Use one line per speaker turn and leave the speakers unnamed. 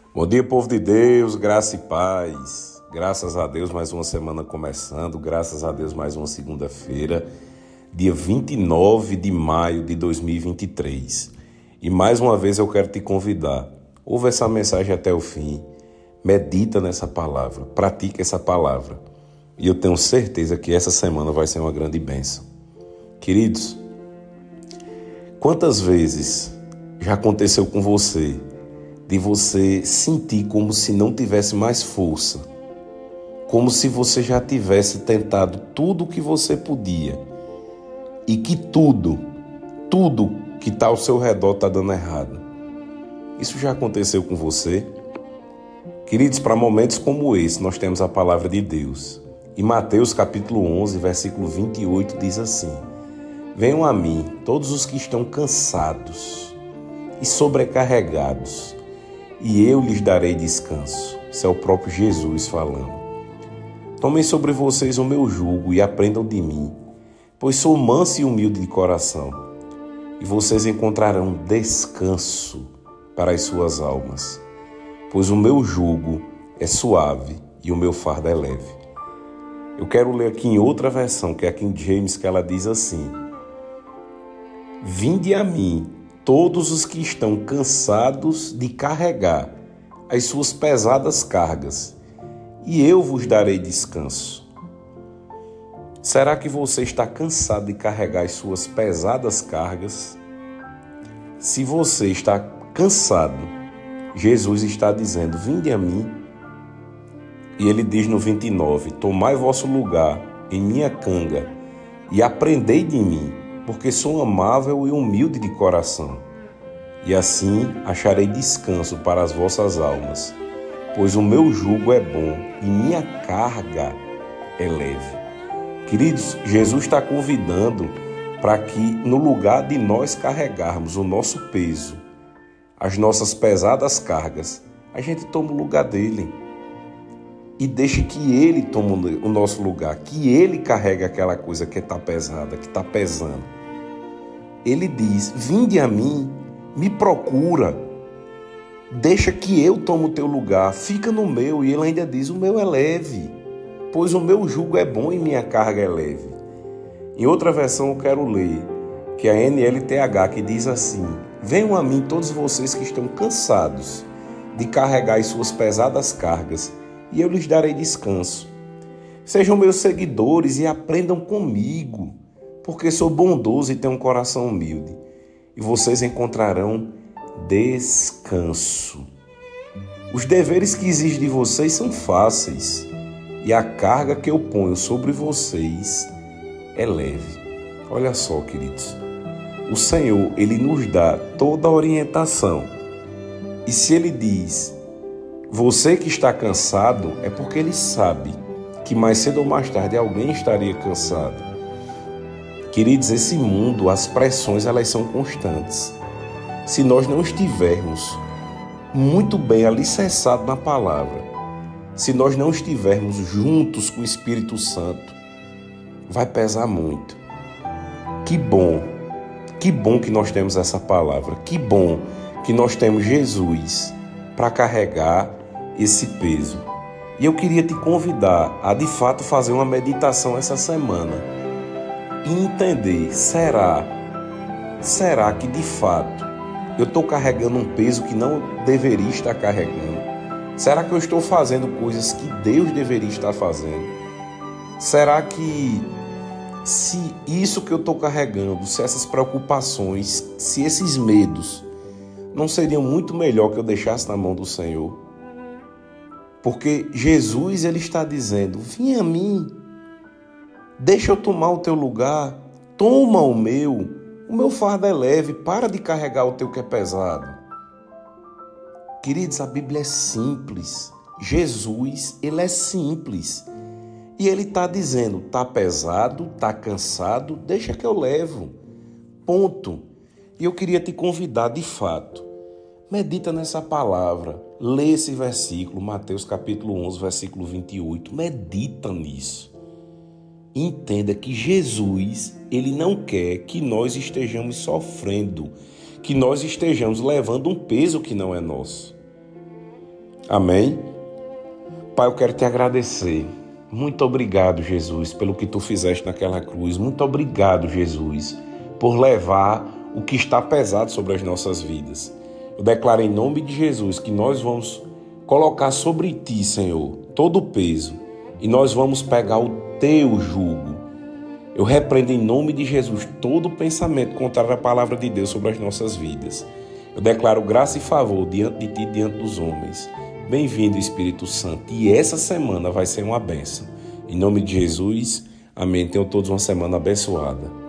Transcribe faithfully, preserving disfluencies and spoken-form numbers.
Bom dia, povo de Deus, graça e paz. Graças a Deus, mais uma semana começando. Graças a Deus, mais uma segunda-feira, dia vinte e nove de maio de dois mil e vinte e três. E mais uma vez eu quero te convidar. Ouve essa mensagem até o fim. Medita nessa palavra. Pratica essa palavra. E eu tenho certeza que essa semana vai ser uma grande bênção. Queridos, quantas vezes já aconteceu com você de você sentir como se não tivesse mais força, como se você já tivesse tentado tudo o que você podia e que tudo, tudo que está ao seu redor está dando errado? Isso já aconteceu com você? Queridos, para momentos como esse, nós temos a palavra de Deus. Em Mateus capítulo onze, versículo vinte e oito, diz assim: Venham a mim todos os que estão cansados e sobrecarregados, e eu lhes darei descanso. Isso é o próprio Jesus falando. Tomem sobre vocês o meu jugo e aprendam de mim, pois sou manso e humilde de coração, e vocês encontrarão descanso para as suas almas, pois o meu jugo é suave e o meu fardo é leve. Eu quero ler aqui em outra versão, que é a King James, que ela diz assim: Vinde a mim todos os que estão cansados de carregar as suas pesadas cargas, e eu vos darei descanso. Será que você está cansado de carregar as suas pesadas cargas? Se você está cansado, Jesus está dizendo: Vinde a mim. E ele diz no vinte e nove: Tomai vosso lugar em minha canga e aprendei de mim, porque sou amável e humilde de coração, e assim acharei descanso para as vossas almas, pois o meu jugo é bom e minha carga é leve. Queridos, Jesus está convidando para que, no lugar de nós carregarmos o nosso peso, as nossas pesadas cargas, a gente tome o lugar dele e deixe que ele tome o nosso lugar, que ele carregue aquela coisa que está pesada, que está pesando. Ele diz: Vinde a mim, me procura, deixa que eu tome o teu lugar, fica no meu. E ele ainda diz: o meu é leve, pois o meu jugo é bom e minha carga é leve. Em outra versão eu quero ler, que é a N L T H, que diz assim: Venham a mim todos vocês que estão cansados de carregar as suas pesadas cargas, e eu lhes darei descanso. Sejam meus seguidores e aprendam comigo, porque sou bondoso e tenho um coração humilde, e vocês encontrarão descanso. Os deveres que exigem de vocês são fáceis, e a carga que eu ponho sobre vocês é leve. Olha só, queridos, o Senhor, Ele nos dá toda a orientação, e se Ele diz: você que está cansado, é porque Ele sabe que mais cedo ou mais tarde alguém estaria cansado. Queridos, esse mundo, as pressões, elas são constantes. Se nós não estivermos muito bem alicerçados na palavra, se nós não estivermos juntos com o Espírito Santo, vai pesar muito. Que bom, que bom que nós temos essa palavra, que bom que nós temos Jesus para carregar esse peso. E eu queria te convidar a, de fato, fazer uma meditação essa semana e entender, será, será que, de fato, eu estou carregando um peso que não deveria estar carregando? Será que eu estou fazendo coisas que Deus deveria estar fazendo? Será que, se isso que eu estou carregando, se essas preocupações, se esses medos, não seriam muito melhor que eu deixasse na mão do Senhor? Porque Jesus, Ele está dizendo: vem a mim, deixa eu tomar o teu lugar, toma o meu, o meu fardo é leve, para de carregar o teu que é pesado. Queridos, a Bíblia é simples, Jesus, Ele é simples, e Ele está dizendo: está pesado, está cansado, deixa que eu levo, ponto. E eu queria te convidar, de fato, medita nessa palavra, lê esse versículo, Mateus capítulo onze, versículo vinte e oito, medita nisso. Entenda que Jesus, Ele não quer que nós estejamos sofrendo, que nós estejamos levando um peso que não é nosso. Amém? Pai, eu quero te agradecer. Muito obrigado, Jesus, pelo que tu fizeste naquela cruz. Muito obrigado, Jesus, por levar o que está pesado sobre as nossas vidas. Eu declaro em nome de Jesus que nós vamos colocar sobre ti, Senhor, todo o peso e nós vamos pegar o teu jugo. Eu repreendo em nome de Jesus todo pensamento contrário à palavra de Deus sobre as nossas vidas. Eu declaro graça e favor diante de ti, diante dos homens. Bem-vindo, Espírito Santo. E essa semana vai ser uma bênção. Em nome de Jesus, amém. Tenham todos uma semana abençoada.